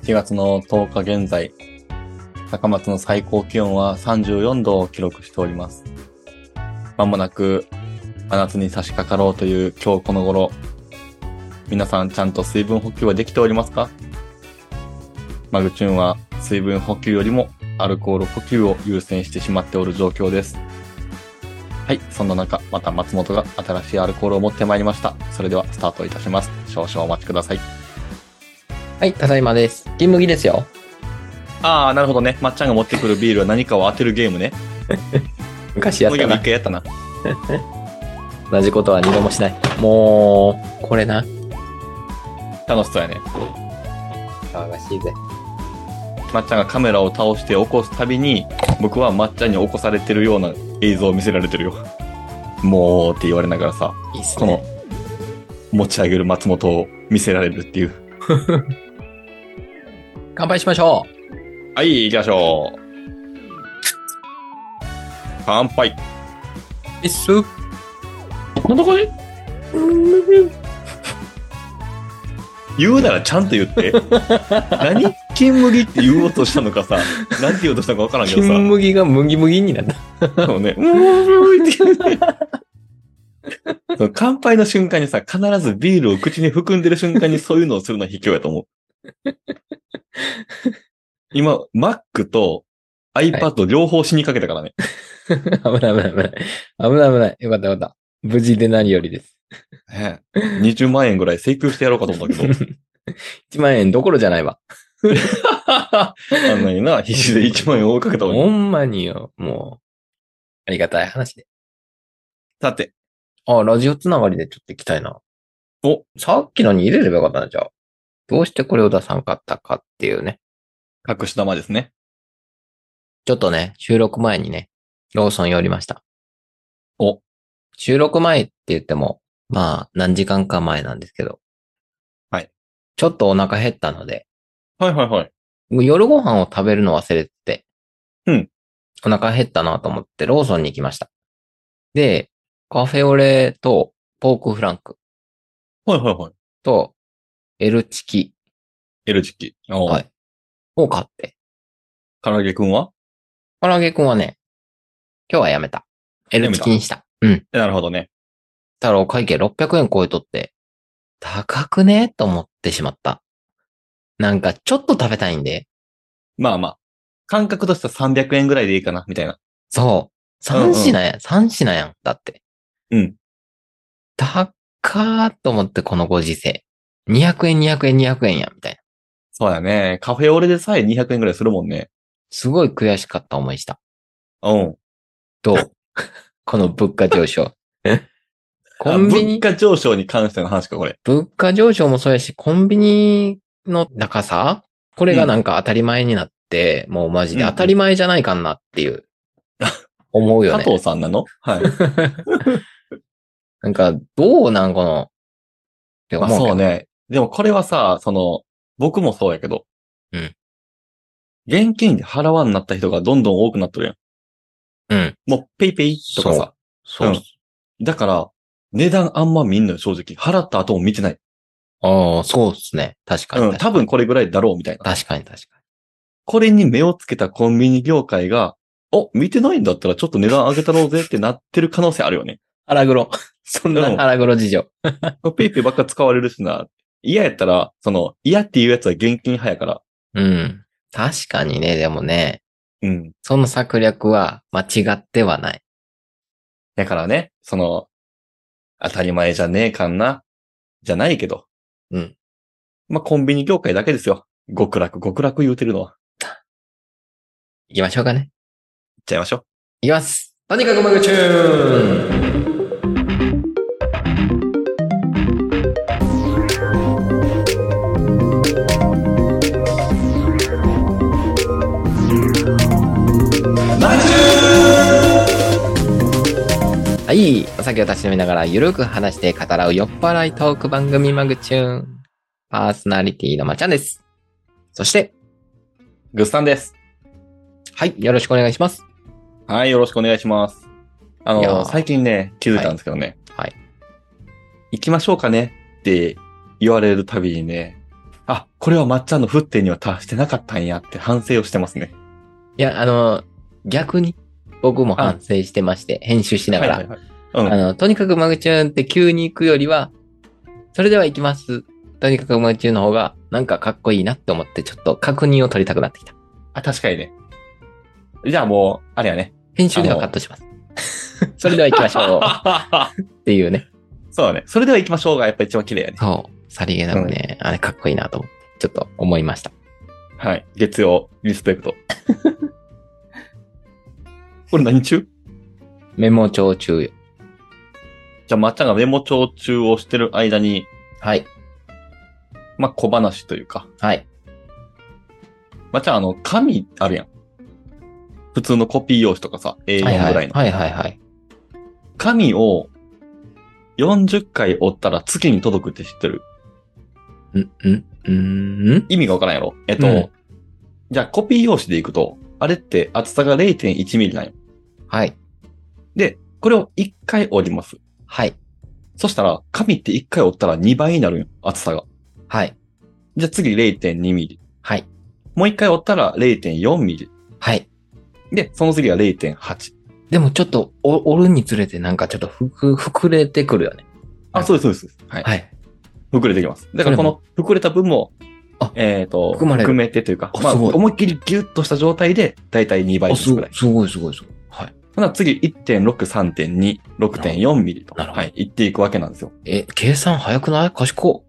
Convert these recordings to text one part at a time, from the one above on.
1月の10日現在、高松の最高気温は34度を記録しております。まもなく真夏に差し掛かろうという今日この頃、皆さんちゃんと水分補給はできておりますか？マグチューンは水分補給よりもアルコール補給を優先してしまっておる状況です。はい、そんな中、また松本が新しいアルコールを持ってまいりました。それではスタートいたします。少々お待ちください。 はい、ただいまです。金麦ですよ。 あー、なるほどね。まっちゃんが持ってくるビールは何かを当てるゲームね。 昔やったな。 一回やったな。 同じことは二度もしない。もう、これな。 楽しそうやね。 騒がしいぜ。 まっちゃんがカメラを倒して起こすたびに、僕はまっちゃんに起こされてるような映像を見せられてるよ。もうって言われながらさ、 いいっすこのね。 持ち上げる松本を見せられるっていう。 乾杯しましょはい、行きましょう。乾杯。 う。いっす。 なんだこれ言うならちゃんと言って。何金麦って言おうとしたのかさ、なんて言おうとしたのかわからんけどさ。 金麦が麦麦になった。 そうね。って言うね。その乾杯の瞬間にさ、必ずビールを口に含んでる瞬間にそういうのをするのは卑怯やと思う。今、Mac と iPad 両方死にかけたからね。 危ない危ない危ない。危ない危ない。よかったよかった。無事で何よりです。 ねえ20万円ぐらい請求してやろうかと思ったけど。 1万円どころじゃないわ。 あんなにな、必死で1万円を追いかけたのに。 ほんまによ。もう、ありがたい話で。 さて、 あ、ラジオつながりでちょっと行きたいな。 お、 さっきのに入れればよかったな、じゃあ。どうしてこれを出さんかったかっていうね。 隠し玉ですね。 ちょっとね、収録前にね、ローソン寄りました。 お、 収録前って言っても、まあ、何時間か前なんですけど。 はい。 ちょっとお腹減ったので、 はいはいはい。 夜ご飯を食べるの忘れてて、 うん。 お腹減ったなと思ってローソンに行きました。で、カフェオレとポークフランクはいはいはい。 と L チキ、 L チキ。お、 はい、を買って。 唐揚げくんは唐揚げくんはね、今日はやめた。L チキにした。うん。 なるほどね。 ただお会計600円超えとって、高くねと思ってしまった。なんかちょっと食べたいんで、 まあまあ。感覚としては300円ぐらいでいいかな、みたいな。 そう。3品やん、3品やん。だって。 うん。 高ーと思ってこのご時世。200円、200円、200円やん、みたいな。 そうだね。カフェオレでさえ200円ぐらいするもんね。 すごい悔しかった思いした。 うん。 どうこの物価上昇。コあ、 ンビニ、 物価上昇に関しての話か、これ。 物価上昇もそうやし、コンビニの高さこれがなんか当たり前になって、もうマジで当たり前じゃないかなっていう、思うよね。 加藤さんなの？はい。 なんか、どうなんこの、ってまあ思うけど。 そうね。でもこれはさ、僕もそうやけど。 うん。 現金で払わんなった人がどんどん多くなっとるやん。 うん。 もうペイペイとかさ。 そう。 うんだから、値段あんま見んのよ、正直。払った後も見てない。 ああ、そうっすね。確かにうん、 確かに。 多分これぐらいだろう、みたいな。 確かに確かこれに目をつけたコンビニ業界が、見てないんだったらちょっと値段上げたろうぜってなってる可能性あるよね。 に。腹黒。そんな腹黒事情。 ペイペイばっか使われるしな。嫌やったら、嫌っていうやつは現金派やから。 うん。確かにね、でもね、 うん。 その策略は間違ってはない。 だからね、当たり前じゃねえかんな。じゃないけど。 うん。 まあ、コンビニ業界だけですよ。極楽言うてるのは。 行きましょうかね。 いっちゃいましょう。 行きます。とにかくマグチューンはい。お酒を立ち飲みながらゆるく話して語らう酔っ払いトーク番組マグチューン。パーソナリティのまっちゃんです。そして、 グッさんです。 はい。よろしくお願いします。 はい、よろしくお願いします。 いやー最近ね、気づいたんですけどね。 はい。 行きましょうかねって言われるたびにね、 あ、これはまっちゃんの沸点には達してなかったんやって反省をしてますね。 いや、逆に僕も反省してまして、編集しながら。 はいはいはい。うん。 とにかくマグチューンって急に行くよりは、それでは行きます。とにかくマグチューンの方がなんかかっこいいなって思ってちょっと確認を取りたくなってきた。 あ、確かにね。じゃあもう、あれやね。 編集ではカットします。それでは行きましょう。っていうね。 そうだね。それでは行きましょうがやっぱ一番綺麗やね。 そう。さりげなくね、あれかっこいいなと思って、ちょっと思いました。 はい。月曜、リスペクト。これ何中？ メモ帳中よ。 じゃあ、まっちゃんがメモ帳中をしてる間に、 はい。 まあ、小話というか。 はい。 まっちゃん、紙あるやん。普通のコピー用紙とかさ、A4 ぐらいの。 はいはいはい。 紙を40回折ったら月に届くって知ってる？意味がわからんやろ？じゃあコピー用紙でいくと、あれって厚さが 0.1 ミリなんよ。 はい。 で、これを1回折ります。 はい。 そしたら、紙って1回折ったら2倍になるんよ、厚さが。 はい。 じゃあ次 0.2 ミリ。 はい。 もう1回折ったら 0.4 ミリ。 はい。 で、その次は 0.8。 でもちょっと折るにつれてなんかちょっと膨れてくるよね。 あ、そうです、そうです。はい。 はい。 膨れてきます。だからこの膨れた分も、含めてというか、まあ、思いっきりギュッとした状態で、だいたい2倍ですぐらい。 すごいすごいすごい。はい。 ほな次 1.6、3.2、6.4 ミリと、はい、いっていくわけなんですよ。 計算早くない？賢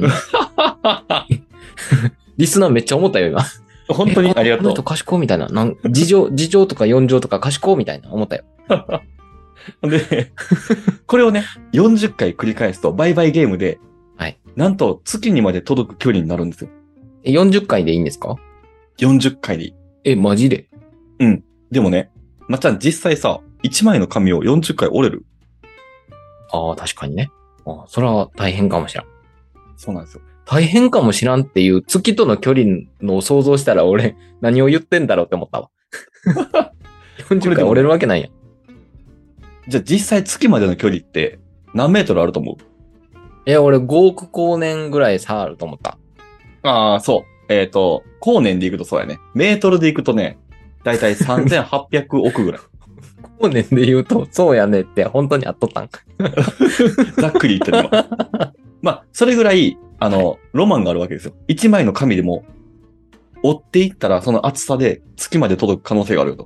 リスナーめっちゃ思ったよ、今。 本当にありがとう。 この人賢みたいな。事情とか4乗とか賢みたいな思ったよ。 で、これをね、40回繰り返すと、バイバイゲームで、 はい。 なんと月にまで届く距離になるんですよ。 40回でいいんですか？ 40回で。 マジで？ うん。でもね、まっちゃん実際さ、1枚の紙を40回折れる？ ああ、確かにね。それは大変かもしらん。 そうなんですよ。 大変かもしらんっていう月との距離のを想像したら俺何を言ってんだろうって思ったわ。40回折れるわけないやん。 じゃあ実際月までの距離って何メートルあると思う？ 俺5億光年ぐらい差あると思った。 ああ、そう。光年でいくとそうやね。メートルでいくとね、だいたい3800億ぐらい。 光年で言うと、そうやねって本当にあっとったんか。 ざっくり言ってる今。まあ、それぐらい、ロマンがあるわけですよ。1枚の紙でも、折っていったらその厚さで月まで届く可能性があるよと。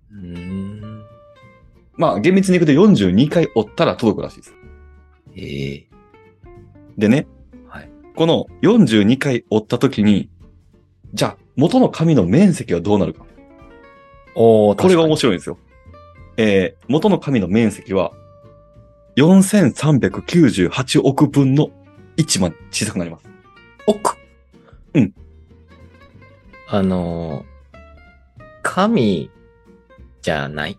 まあ、厳密にいくと42回折ったら届くらしいです。でね、はい、この42回折った時に、じゃあ、元の紙の面積はどうなるか。これが面白いんですよ。元の紙の面積は、4398億分の1まで小さくなります。 億？ うん。 紙じゃない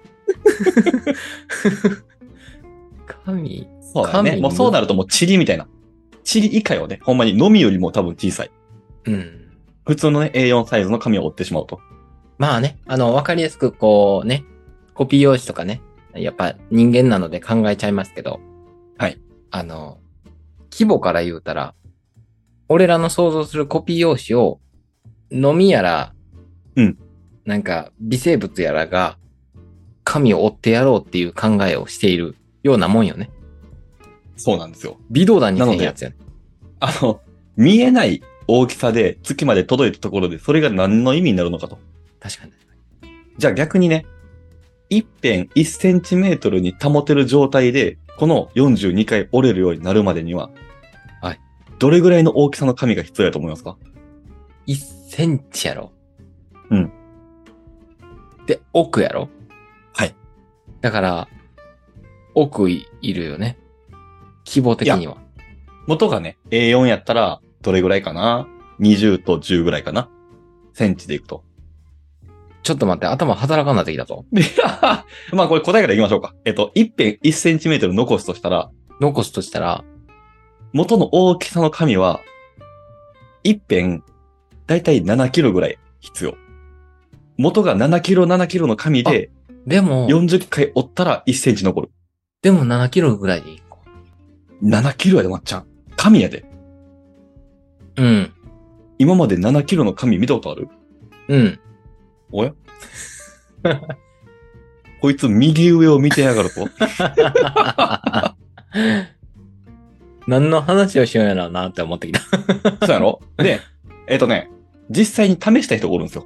紙そうだね。もうそうなるともう塵みたいな。塵以下よね。ほんまにのみよりも多分小さい。 うん。 普通のね、A4 サイズの紙を折ってしまうと。 まあね、わかりやすくこうね、コピー用紙とかね、やっぱ人間なので考えちゃいますけど。 はい。 規模から言うたら、俺らの想像するコピー用紙を、飲みやら、なんか微生物やらが、紙を折ってやろうっていう考えをしているようなもんよね。 そうなんですよ。 微動だにせんやつよね。 見えない大きさで月まで届いたところで、それが何の意味になるのかと。 確かに。 じゃあ逆にね、一辺1センチメートルに保てる状態で、この42回折れるようになるまでには、はい。どれぐらいの大きさの紙が必要だと思いますか ？1センチやろ。 うん。 で、奥やろ。 はい。 だから、奥いるよね。規模的には。 元がね、A4 やったら、どれぐらいかな ?20 と10ぐらいかなセンチでいくと。 ちょっと待って、頭働かんなってきたぞ。 まあこれ答えからいきましょうか。一辺1センチメートル残すとしたら、元の大きさの紙は、一辺、だいたい7キロぐらい必要。元が7キロの紙で、 でも、 40回折ったら1センチ残る。 でも7キロぐらいでいいか。 7キロやで、まっちゃん。紙やで。 うん。 今まで7キロの髪見たことある？ うん。 おやこいつ右上を見てやがると。 何の話をしようやろうなって思ってきた。 そうやろ？で、実際に試した人がおるんですよ。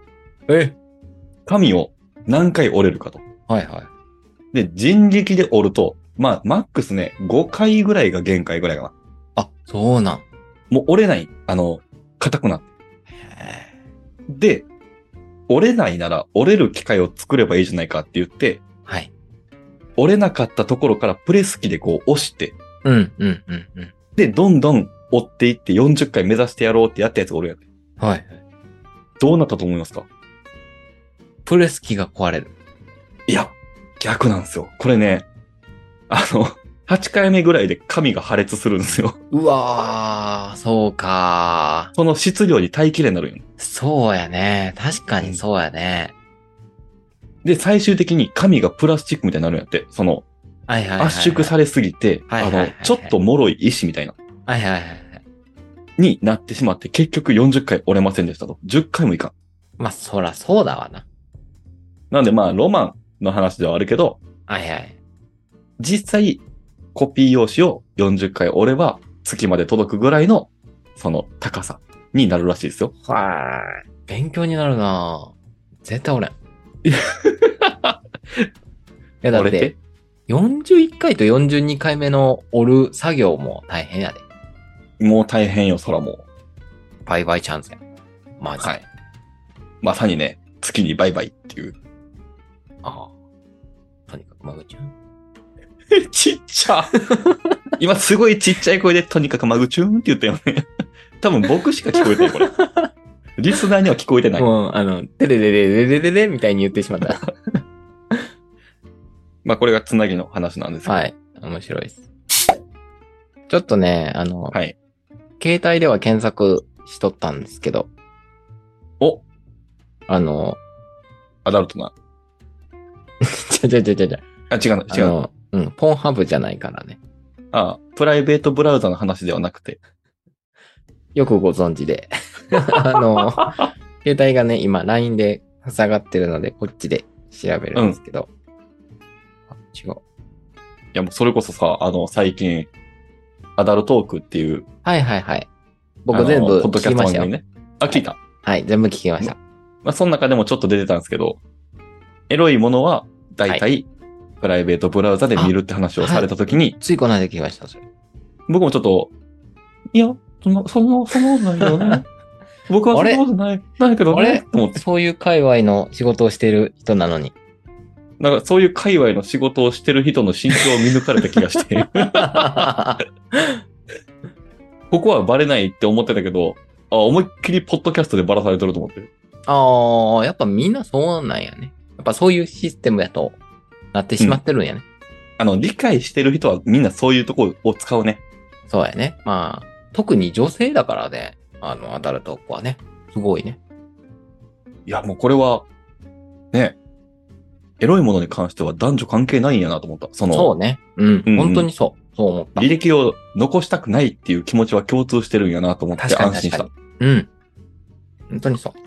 髪を何回折れるかと。 はいはい。 で、人力で折ると、まあ、マックスね、5回ぐらいが限界ぐらいかな。 あ、そうなん。 もう折れない。硬くなって。で、折れないなら折れる機械を作ればいいじゃないかって言って、 はい。 折れなかったところからプレス機でこう押して、 うん、うん、うん、うん。 で、どんどん折っていって40回目指してやろうってやったやつがおるやん。 はい。 どうなったと思いますか？ プレス機が壊れる。 いや、逆なんですよ。これね、8回目ぐらいで髪が破裂するんですよ。 うわー、そうかー。 その質量に耐えきれになるよ。 そうやね。確かにそうやね。 で、最終的に髪がプラスチックみたいになるんやって。 はいはいはいはい、 圧縮されすぎて、 はいはいはいはい、 ちょっと脆い石みたいな。 はいはいはい。 になってしまって、結局40回折れませんでしたと。10回もいかん。 まあ、そらそうだわな。 なんでまあ、ロマンの話ではあるけど、 はいはい。 実際、コピー用紙を40回折れば、月まで届くぐらいの、その高さになるらしいですよ。 はい。勉強になるな絶対折れん。いや、だって、41回と42回目の折る作業も大変やで。 もう大変よ、そらもう。 バイバイチャンスや。マジ。 はい。まさにね、月にバイバイっていう。 ああ。とにかくマグチュン。 ちっちゃ。今すごいちっちゃい声でとにかくマグチューンって言ったよね。多分僕しか聞こえてない、これ。リスナーには聞こえてない。 もう、テレレレレレレレみたいに言ってしまった。 まあこれがつなぎの話なんですけど。 はい。面白いです。ちょっとね、 はい。 携帯では検索しとったんですけど。 おアダルトな。違う。 ポンハブじゃないからね。 プライベートブラウザの話ではなくて。 よくご存知で。携帯がね、今 LINE で塞がってるので、こっちで調べるんですけど。違う。いや、もうそれこそさ、最近、アダルトークっていう。 はいはいはい。僕全部聞きましたよ。 ね。聞いた。 はい、全部聞きました。 まあ、その中でもちょっと出てたんですけど、エロいものは、だいたい、プライベートブラウザで見るって話をされたときに、 ついこの間聞きました、それ。 僕もちょっと、いや、そんなことないけどね。僕はそんなことないけどね。と思って。 そういう界隈の仕事をしてる人なのに。 なんかそういう界隈の仕事をしてる人の心境を見抜かれた気がして。ここはバレないって思ってたけど、思いっきりポッドキャストでバラされてると思ってる。 やっぱみんなそうなんやね。やっぱそういうシステムやとなってしまってるんやね。 理解してる人はみんなそういうところを使うね。 そうやね。まあ、特に女性だからね、アダルトはね、すごいね。 いや、もうこれは、ね、エロいものに関しては男女関係ないんやなと思った。 そうね。本当にそう。そう思った。 履歴を残したくないっていう気持ちは共通してるんやなと思って安心した。 本当にそう。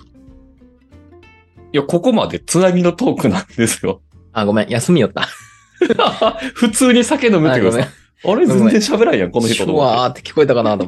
いや、ここまでつなぎのトークなんですよ。 ごめん。休みよった。 普通に酒飲むってください。あれ全然喋らんやん、この人。 シュワーって聞こえたかなと思って。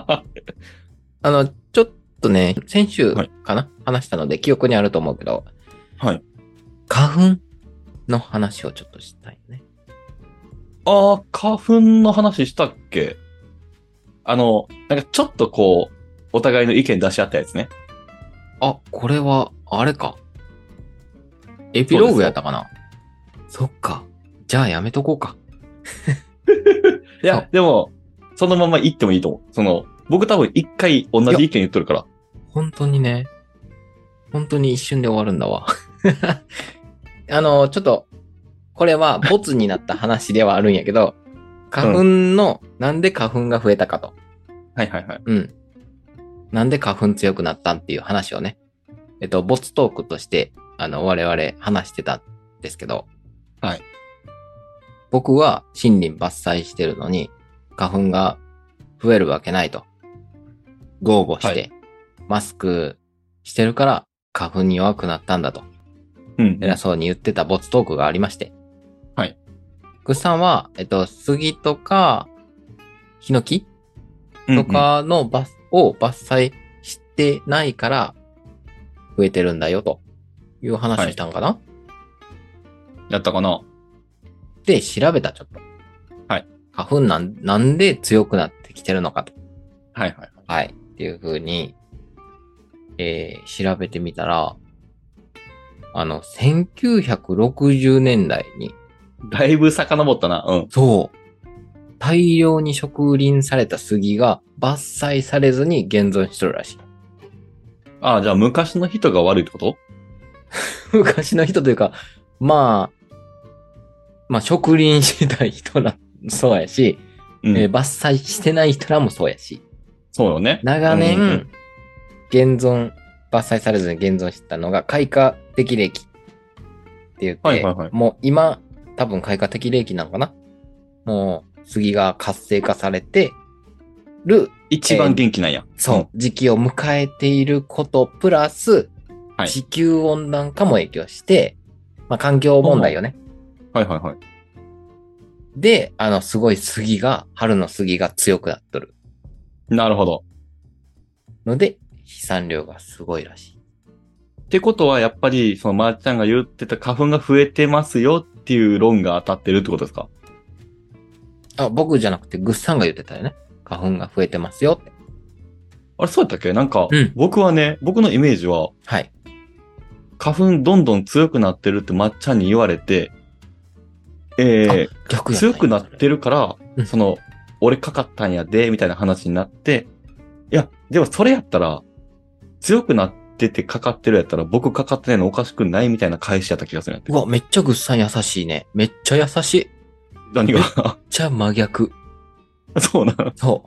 ちょっとね、先週かな、話したので記憶にあると思うけど。 はい。 花粉の話をちょっとしたいね。 花粉の話したっけ？なんかちょっとこう、お互いの意見出し合ったやつね。 これは、あれか。エピローグやったかな？そっか。じゃあやめとこうか。 いや、でも、そのまま言ってもいいと思う。僕多分一回同じ意見言っとるから。 本当にね。本当に一瞬で終わるんだわ。ちょっと、これはボツになった話ではあるんやけど、花粉の、なんで花粉が増えたかと。 はいはいはい。 なんで花粉強くなったんっていう話をね。ボツトークとして、我々話してたんですけど。 はい。 僕は森林伐採してるのに、花粉が増えるわけないと。 豪語して、 はい。 マスクしてるから花粉に弱くなったんだと、 うん。 偉そうに言ってたボツトークがありまして。 はい。 グッさんは、杉とか、ヒノキとうんうん。 かのを伐採してないから増えてるんだよという話はい。 したんかな。 やったかな？ で、調べたちょっと。 はい。 花粉なんで強くなってきてるのかと。 はいはいはい。 はい。っていう風に、調べてみたら、1960年代に、 だいぶ遡ったな。うん。 そう、大量に植林された杉が伐採されずに現存しとるらしい。 ああ、じゃあ昔の人が悪いってこと？ 昔の人というか、ま植林してた人ら、そうやし、 うん。 伐採してない人らもそうやし、 そうよね。う長んうんうん。 年、現存、伐採されずに現存してたのが開花適齢期って言って、 はいはいはい。 もう今、多分開花適齢期なのかな。もう、杉が活性化されてる、 一番元気なんや。うん。 時期を迎えていることプラス、 はい。 地球温暖化も影響して、環境問題おーよね。 はいはいはい。 で、すごい春の杉が強くなっとるなるほど。 ので、飛散量がすごいらしい。 ってことは、やっぱり、そのまーちゃんが言ってた花粉が増えてますよっていう論が当たってるってことですか？ あ、僕じゃなくてグッさんが言ってたよね。花粉が増えてますよって。 あれ、そうやったっけ？なんか、 うん。 僕はね、僕のイメージは、 はい。 花粉どんどん強くなってるってまっちゃんに言われて、 あ、逆やったんや、 強くなっそれ。 てるから、 うん。 俺かかったんやで、みたいな話になって、いや、でもそれやったら、強くなっててかかってるやったら、僕かかってないのおかしくないみたいな返しやった気がするんやって。 うわ、めっちゃグッさん優しいね。めっちゃ優しい。 何が？ めっちゃ真逆。 そうなの？ そう。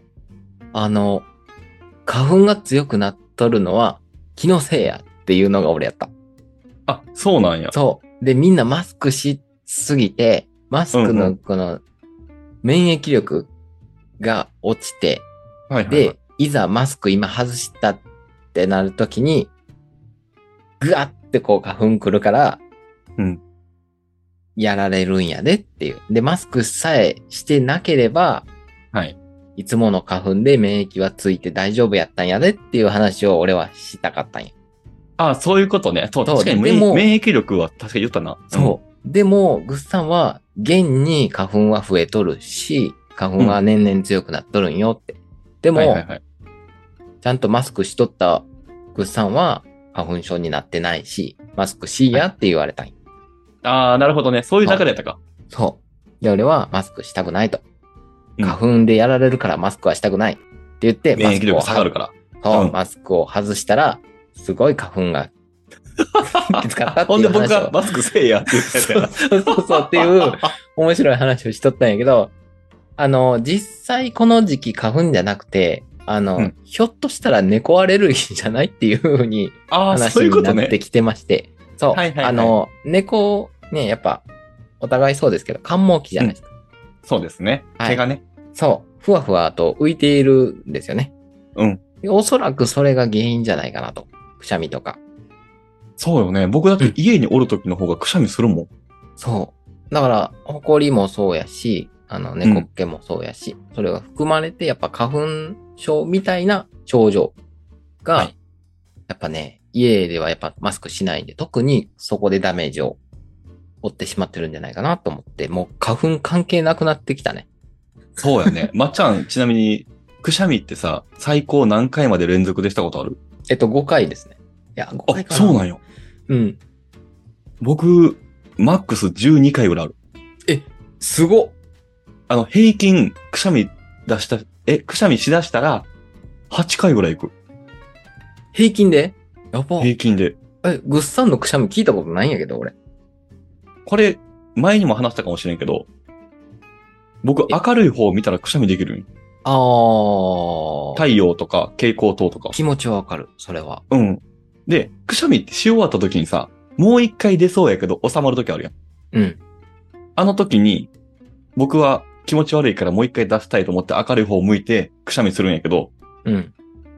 花粉が強くなっとるのは気のせいやっていうのが俺やった。 あ、そうなんや。 そう。で、みんなマスクしすぎて、マスクうんうん。 のこの免疫力が落ちて、 はいはいはい。 で、いざマスク今外したってなるときに、ぐわってこう花粉来るから、 うん。 やられるんやでっていう。で、マスクさえしてなければ、 はい。 いつもの花粉で免疫はついて大丈夫やったんやでっていう話を俺はしたかったんや。 あ、そういうことね。そう、 そう。 確かにでも、 免疫力は確かに言ったな。うん。 そう。でも、グッさんは、現に花粉は増えとるし、花粉うん。 は年々強くなっとるんよって。でも、 はいはいはい。 ちゃんとマスクしとったグッさんは、花粉症になってないし、マスクしいはい。 やって言われたんよ。 ああ、なるほどね。そういうそう。 流れやったか。 そう。で、俺はマスクしたくないと。 うん。 花粉でやられるからマスクはしたくないって言って、 免疫力下がるから。うそう、 ん。 マスクを外したら、すごい花粉がきつかったっほんで僕ていう話を、 がマスクせえやって言ったやつやそうそうそうそうっていう面白い話をしとったんやけど、実際この時期花粉じゃなくて、 うん。 ひょっとしたら猫アレルギーじゃないっていう風にああ、そう話にいうことね。 なってきてまして、そはいう、 はいはい。 猫、ね、やっぱ、お互いそうですけど、寒毛期じゃうん。 ないですか。 そうですね。 はい。 毛がね。 そう、ふわふわと浮いているんですよね。 うん。 おそらくそれが原因じゃないかなと。くしゃみとか。 そうよね。僕だっうん。 て家におる時の方がくしゃみするもん。 そう。だから、ホコリもそうやし、 うん。 猫っ毛もそうやし、それが含まれて、やっぱ花粉症みたいな症状が、 はい。 やっぱね、家ではやっぱマスクしないんで、特にそこでダメージを負ってしまってるんじゃないかなと思って、もう花粉関係なくなってきたね。 そうやね。まっちゃん、ちなみに、くしゃみってさ、最高何回まで連続でしたことある？ 5回ですね。いや、5 あ、 回かな。 そうなんよ。 うん。 僕、マックス12回ぐらいある。 え、すごっ。 平均、くしゃみ出した、くしゃみしだしたら、8回ぐらい行く。 平均でやば。 平均で。 ぐっさんのくしゃみ聞いたことないんやけど、俺。 これ、前にも話したかもしれんけど、僕、 え、 明るい方を見たらくしゃみできるんよ。 あー、 太陽とか、蛍光灯とか。 気持ちはわかる、それは。 うん。で、くしゃみってし終わった時にさ、もう一回出そうやけど収まる時あるやん。 うん。 あの時に、僕は気持ち悪いからもう一回出したいと思って明るい方を向いてくしゃみするんやけど、 うん。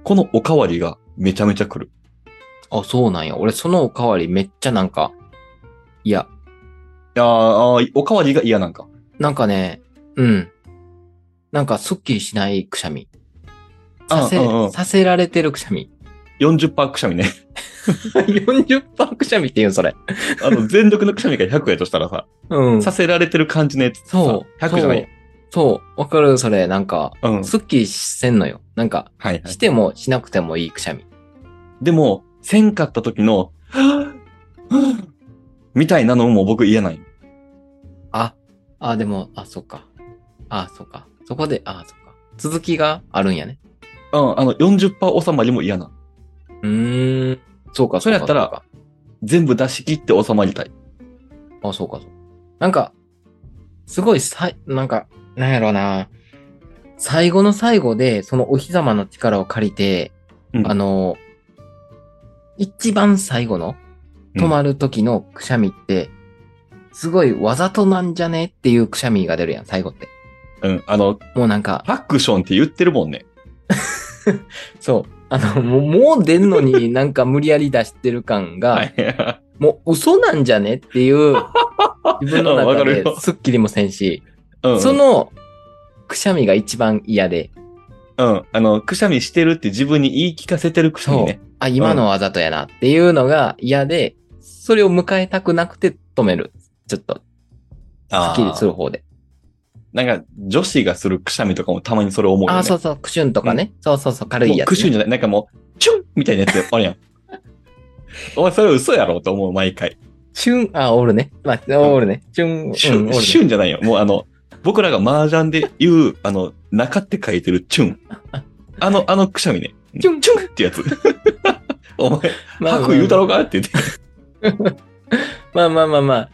このおかわりがめちゃめちゃ来る。 あ、そうなんや。俺そのおかわりめっちゃなんか、いや、 おかわりが嫌なんか。 なんかね、うん。なんかスッキリしないくしゃみ。させられてるくしゃみ。 40%くしゃみね。 40% くしゃみって言うそれ。 全力のくしゃみが100やとしたらさ、 うん。 させられてる感じのやつさ、 そう。 100じゃない。 そう。わかるそれ。なんか、 うん。 スッキリせんのよ。なんか、 はいはい。 してもしなくてもいいくしゃみ。 でも、せんかった時の、みたいなのも僕嫌ない。 でも、そっか。そっか。そこで、そっか。続きがあるんやね。 40% 収まりも嫌な。 そうか、 それやったら、全部出し切って収まりたい。 そうか、そう。なんか、すごいなんか、なんやろうな。最後の最後で、そのお日様の力を借りて、 うん、 一番最後の止まる時のくしゃみって、すごいわざとなんじゃねっていうくしゃみが出るやん、最後って。 うん、 もうなんか。 アクションって言ってるもんね。 そう。もう出んのになんか無理やり出してる感が、はい、もう嘘なんじゃねっていう、自分の中でスッキリもせんし、そのくしゃみが一番嫌で。 くしゃみしてるって自分に言い聞かせてるくしゃみね。 今のわざとやなっていうのが嫌で、それを迎えたくなくて止める。ちょっと、スッキリする方で。 なんか、女子がするくしゃみとかもたまにそれ思うよね。 そうそう、クシュンとかね。そうそうそう、軽いやつ、ね。 クシュンじゃない。なんかもう、チュンみたいなやつあるやん。お前それ嘘やろと思う、毎回。 チュン、おるね。おるね。チュン、 シュンじゃないよ。もう僕らが麻雀で言う、中って書いてるチュン。くしゃみね。チュンってやつ。お前、白言うたろかって言って。 まあ。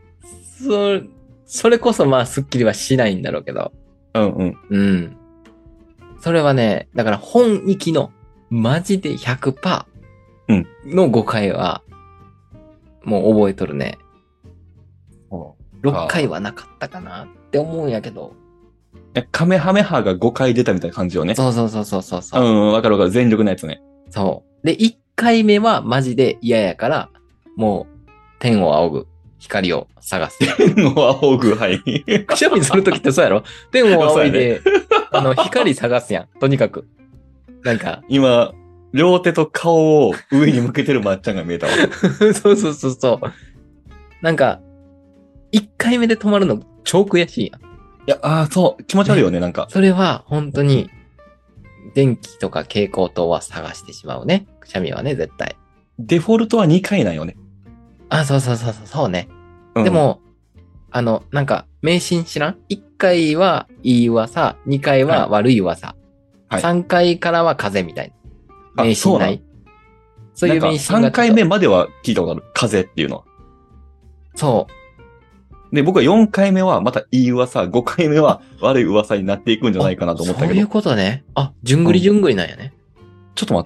それこそスッキリはしないんだろうけど。うん。それはね、だから本意気の、マジで 100% の誤解は、もう覚えとるね。6回はなかったかなって思うんやけど。 カメハメハが5回出たみたいな感じよね。 そう。 わかる。全力のやつね。 そう。で、1回目はマジで嫌やから、もう、天を仰ぐ。光を探す。 天を仰ぐ、はい。 くしゃみするときってそうやろ？天を仰いで、光探すやん。とにかく。なんか。 今、両手と顔を上に向けてるまっちゃんが見えたわ。 そう。なんか、1回目で止まるの超悔しいやん。 いや、そう。気持ち悪いよね、なんか。 それは、本当に、電気とか蛍光灯は探してしまうね。くしゃみはね、絶対。 デフォルトは2回なんよね。 そうね。でも、なんか、迷信知らん？ 1 回はいい噂、2回は悪い噂、3回からは風みたいな。迷信ない？そういう迷信が。 3回目までは聞いたことある。風っていうのは。 そう。 で、僕は4回目はまたいい噂、5回目は悪い噂になっていくんじゃないかなと思ったけど。 そういうことね。じゅんぐりなんやね。 ちょっと待って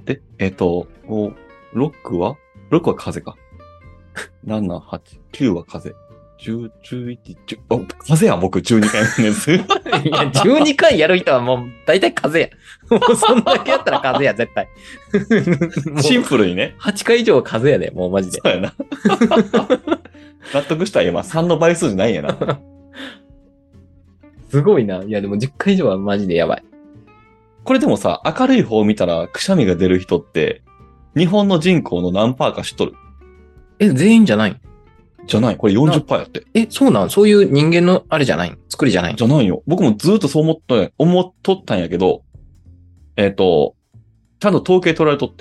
。6は風か。7、8、9は風。10、11、10、風やん、僕、12回目のやつ。いや、12回やる人はもう、大体風や。もう、そんだけやったら風や、絶対。 シンプルにね。 8回以上は風やで、もうマジで。 そうやな。納得したら今、3の倍数じゃないんやな。 すごいな。いや、でも10回以上はマジでやばい。 これでもさ、明るい方を見たら、くしゃみが出る人って、日本の人口の何パーか知っとる？ 全員じゃない？ じゃない。これ 40% やって。 そうなん？そういう人間のあれじゃない？作りじゃない？ じゃないよ。僕もずっとそう思っとったんやけど、ちゃんと統計取られとって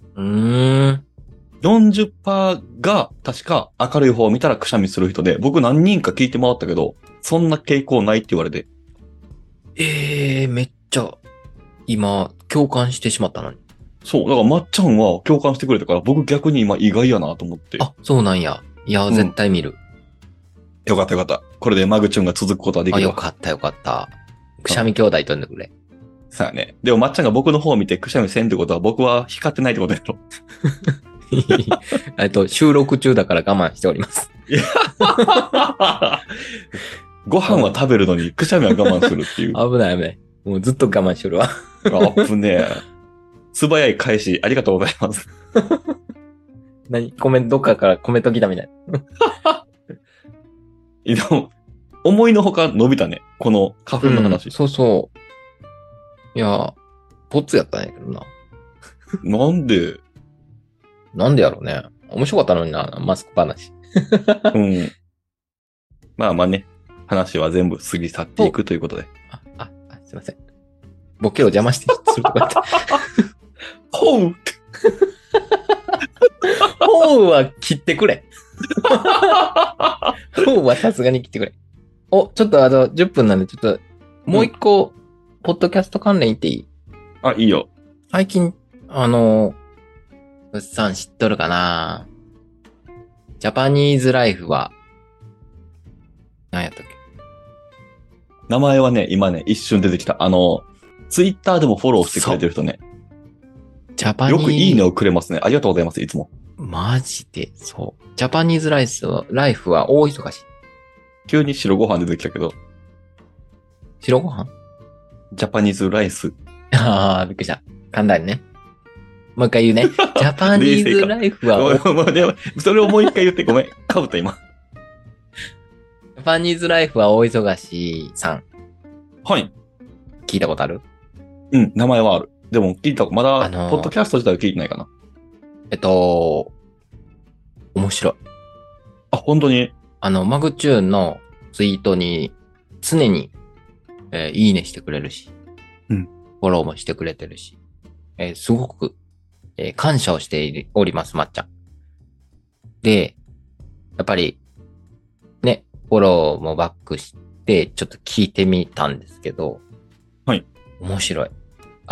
。40% が確か明るい方を見たらくしゃみする人で、僕何人か聞いて回ったけど、そんな傾向ないって言われて。 めっちゃ、今、共感してしまったのに。 そう。だからまっちゃんは共感してくれたから、僕逆に今意外やなと思って。 そうなんや。いや、絶対見る。 よかった。これでマグチュンが続くことはできるわ。 よかった。くしゃみ兄弟とんでくれ。 さあね。でもまっちゃんが僕の方を見てくしゃみせんってことは僕は光ってないってことやろ。 収録中だから我慢しております。 ご飯は食べるのにくしゃみは我慢するっていう。 危ない。もうずっと我慢しとるわ。 危ねえ。 素早い返し、ありがとうございます。 どっかからコメント来たみたい。 でも、思いのほか伸びたね。この花粉の話。 そうそう。いや、ポッツやったんやけどな。 なんでなんでやろうね。面白かったのにな、マスク話。 うん。まあまあね。話は全部過ぎ去っていくということで。 すいません。ボケを邪魔してするとか言って。 ほうほうは切ってくれ。ほうはさすがに切ってくれ。ちょっと10分なんで、ちょっと、もう一個、ポッドキャスト関連言っていい？ あ、いいよ。 最近、うっさん知っとるかな？ジャパニーズライフは、何やったっけ？ 名前はね、今ね、一瞬出てきた。ツイッターでもフォローしてくれてる人ね。 ジャパニーズ。 よくいいねをくれますね。ありがとうございます、いつも。 マジで、そう。ジャパニーズライフは大忙しい。 急に白ご飯出てきたけど。 白ご飯？ ジャパニーズライス。 ああ、びっくりした。簡単にね。もう一回言うね。ジャパニーズライフはそれをもう一回言ってごめん。かぶった今。 ジャパニーズライフは大忙しいさん。 はい。 聞いたことある？ うん、名前はある。でも聞いた、まだ、ポッドキャスト自体は聞いてないかな。 面白い。 あ、本当に？ マグチューンのツイートに常に、いいねしてくれるし、 うん。 フォローもしてくれてるし、すごく、感謝をしております、まっちゃん。で、やっぱり、ね、フォローもバックして、ちょっと聞いてみたんですけど、 はい。 面白い。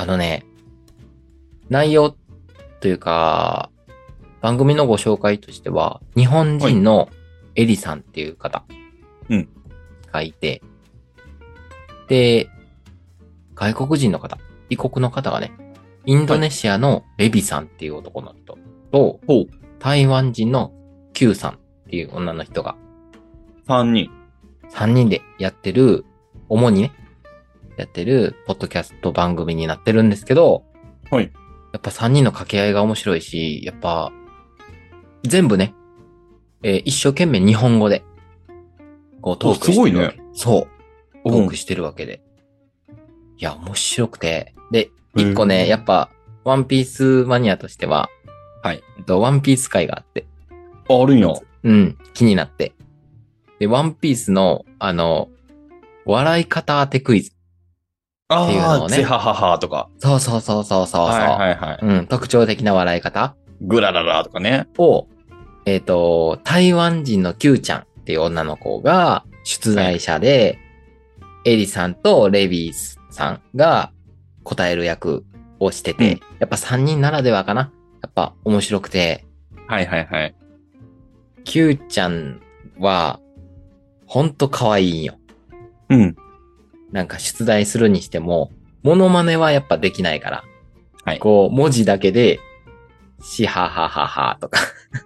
内容というか、番組のご紹介としては、日本人のエリさんっていう方がいて、で、外国人の方、異国の方がね、インドネシアのレビさんっていう男の人と、台湾人の Q さんっていう女の人が、 3 人でやってる、主にね、やってるポッドキャスト番組になってるんですけど、 はい。 やっぱ3人の掛け合いが面白いし、やっぱ、全部ね、一生懸命日本語で、こうトークしてるわけ。すごいね。そう。トークしてるわけで。いや、面白くて。で、一個ね、やっぱ、ワンピースマニアとしては、 はい。 ワンピース会があって。 あるんや。 うん、気になって。で、ワンピースの、笑い方当てクイズ。っていうのをね。 ゼハハハとか。 そう。 はい。 うん、特徴的な笑い方。 グラララとかね。 を、台湾人の Q ちゃんっていう女の子が出題者で、エリさんとレビーさんが答える役をしてて、やっぱ3人ならではかな。やっぱ面白くて。 はい。 Q ちゃんは、ほんと可愛いんよ。 うん。 なんか出題するにしても、モノマネはやっぱできないから。 はい。 こう、文字だけで、しははははとか、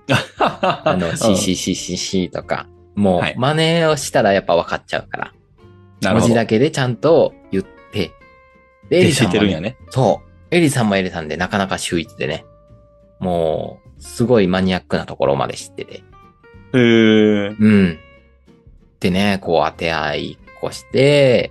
しとか、もう、真似をしたらやっぱ分かっちゃうから。文字だけでちゃんと言って、で、エリさんも、ね、そう。エリさんもエリさんでなかなか秀逸でね。もう、すごいマニアックなところまで知ってて。うん。でね、こう当て合いっこして、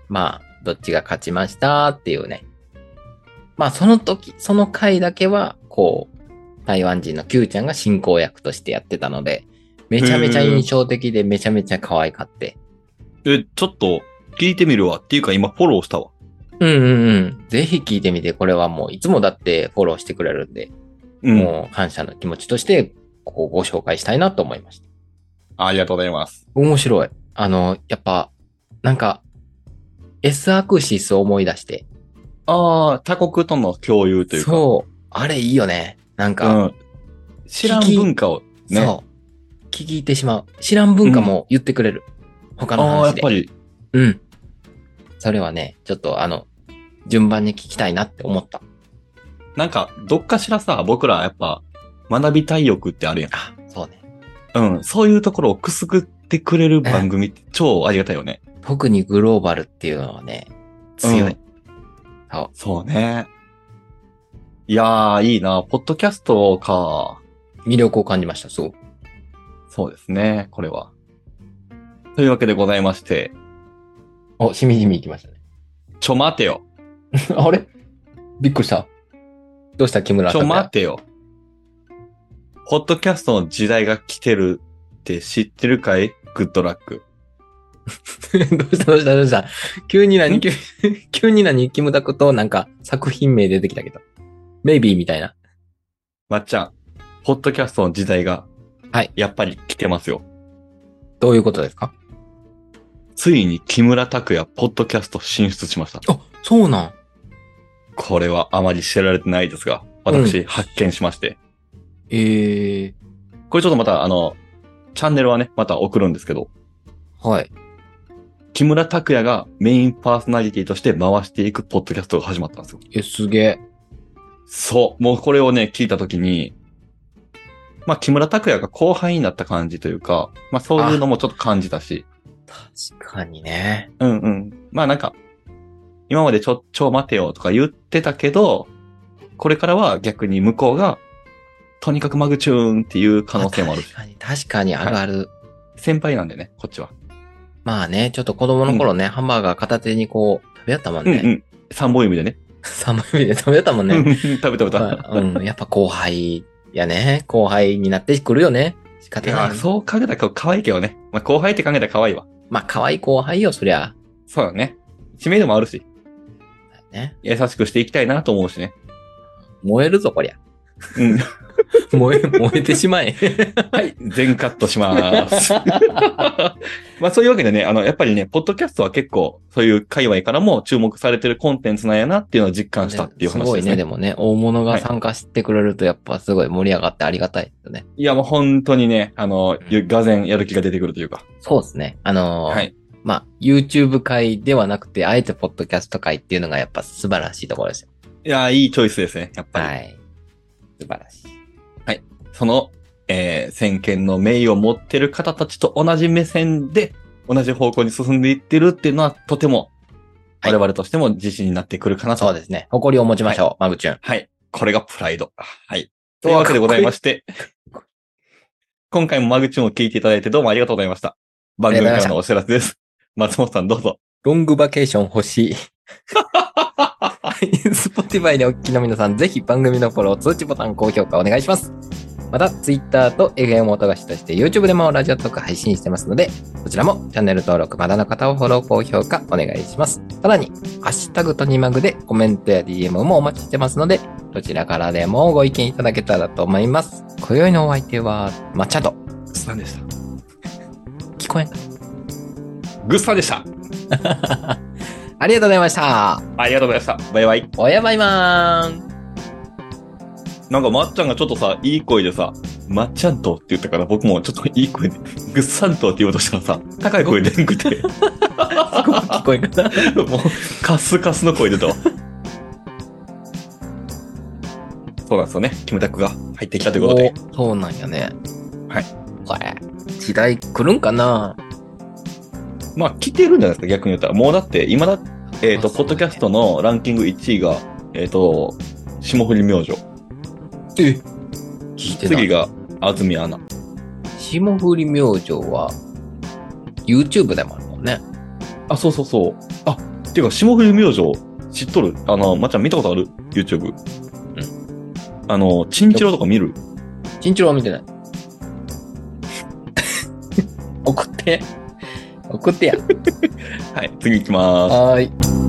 まあ、どっちが勝ちましたっていうね。まあ、その時、その回だけは、こう、台湾人の Q ちゃんが進行役としてやってたので、めちゃめちゃ印象的でめちゃめちゃ可愛かって。 ちょっと聞いてみるわ。っていうか今フォローしたわ。 ぜひ聞いてみて、これはもういつもだってフォローしてくれるんで、もう感謝の気持ちとして、ここをご紹介したいなと思いました。 ありがとうございます。 面白い。やっぱ、なんか、S アクシスを思い出して。 他国との共有というか。 そう。あれいいよね。なんか、 知らん文化をね。 そう。聞いてしまう。知らん文化も言ってくれる。他の話で。 やっぱり。 それはね、ちょっと順番に聞きたいなって思った。 なんか、どっかしらさ、僕らやっぱ、学びたい欲ってあるやん。 そうね。 そういうところをくすぐってくれる番組って超ありがたいよね。 特にグローバルっていうのはね、強い。 そうね。いいやー、いいな。ポッドキャストか。 魅力を感じました、そう。 そうですね、これは。というわけでございまして。 お、しみじみいきましたね。 ちょ待てよ。 あれびっくりした。どうした木村さん。 ちょ待てよ。ポッドキャストの時代が来てるって知ってるかい？グッドラック。 どうした急に何キムタクとなんか作品名出てきたけど。メイビーみたいな。 まっちゃん、ポッドキャストの時代が、 はい。 やっぱり来てますよ。 どういうことですか？ ついに木村拓哉ポッドキャスト進出しました。 あ、そうなん。 これはあまり知られてないですが、私発見しまして。これちょっとまたチャンネルはね、また送るんですけど。 はい。 木村拓哉がメインパーソナリティとして回していくポッドキャストが始まったんですよ。 すげえ。 そう。もうこれをね、聞いたときに、まあ、木村拓哉が後輩になった感じというか、まあ、そういうのもちょっと感じたし。 確かにね。 うんうん。まあなんか、今までちょ待てよとか言ってたけど、これからは逆に向こうが、とにかくマグチューンっていう可能性もあるし。 確かにあるある、はい。 先輩なんでね、こっちは。 まあね、ちょっと子供の頃ね、ハンバーガー片手にこう、食べやったもんね。 うんうん。三本指でね。 三本指で食べやったもんね。 食べた。 やっぱ後輩やね。後輩になってくるよね。仕方ない。 そう考えたら可愛いけどね。まあ後輩って考えたら可愛いわ。 まあ可愛い後輩よ、そりゃ。 そうだね。知名度もあるし。 ね。 優しくしていきたいなと思うしね。 燃えるぞ、こりゃ。 うん。 燃えてしまえ。 はい、全カットします。まあそういうわけでね、やっぱりね、ポッドキャストは結構、そういう界隈からも注目されてるコンテンツなんやなっていうのを実感したっていう話ですね。 すごいね、でもね、大物が参加してくれるとやっぱすごい盛り上がってありがたいですよね。 いやもう本当にね、がぜんやる気が出てくるというか。 そうですね。 はい。 まあ、YouTube 界ではなくて、あえてポッドキャスト界っていうのがやっぱ素晴らしいところですよ。 いやいいチョイスですね、やっぱり。 はい。素晴らしい。 はい。その、先見の明を持ってる方たちと同じ目線で、同じ方向に進んでいってるっていうのは、とても、我々としても自信になってくるかなと。 そうですね。誇りを持ちましょう、マグチューン。 はい。これがプライド。はい。というわけでございまして、今回もマグチューンを聞いていただいてどうもありがとうございました。番組からのお知らせです。松本さんどうぞ。 ロングバケーション欲しい。Spotify でお聞きの皆さん、ぜひ番組のフォロー、通知ボタン、高評価お願いします。また、Twitter と FM 音菓子として YouTube でもラジオトーク配信してますので、こちらもチャンネル登録まだの方をフォロー、高評価お願いします。さらに、ハッシュタグとニマグでコメントや DM もお待ちしてますので、どちらからでもご意見いただけたらと思います。今宵のお相手は、まっちゃんと、 グッサンでした。 聞こえんか？ グッサンでした。 ありがとうございました。 ありがとうございました。バイバイ。 おやばいまーん。 なんかまっちゃんがちょっとさ、いい声でさ、まっちゃんとって言ったから僕もちょっといい声で、ぐっさんとって言おうとしたらさ、高い声出んくて。すごく聞こえんかな。 もう、カスカスの声出たわ。そうなんですよね。キムタクが入ってきたということで。 そうなんやね。 はい。 これ、時代来るんかな。 まあ、来てるんじゃないですか、逆に言ったら。もうだって、今だ、ポッドキャストのランキング1位が、霜降り明星。 聞いてない。 次が、安住アナ。 霜降り明星は、YouTube でもあるもんね。 あ、そうそうそう。あ、ていうか、霜降り明星、知っとる？まっちゃん見たことある？ YouTube。うん。チンチロとか見る？ チンチロは見てない。送ってや。 はい、次行きまーす。 はーい。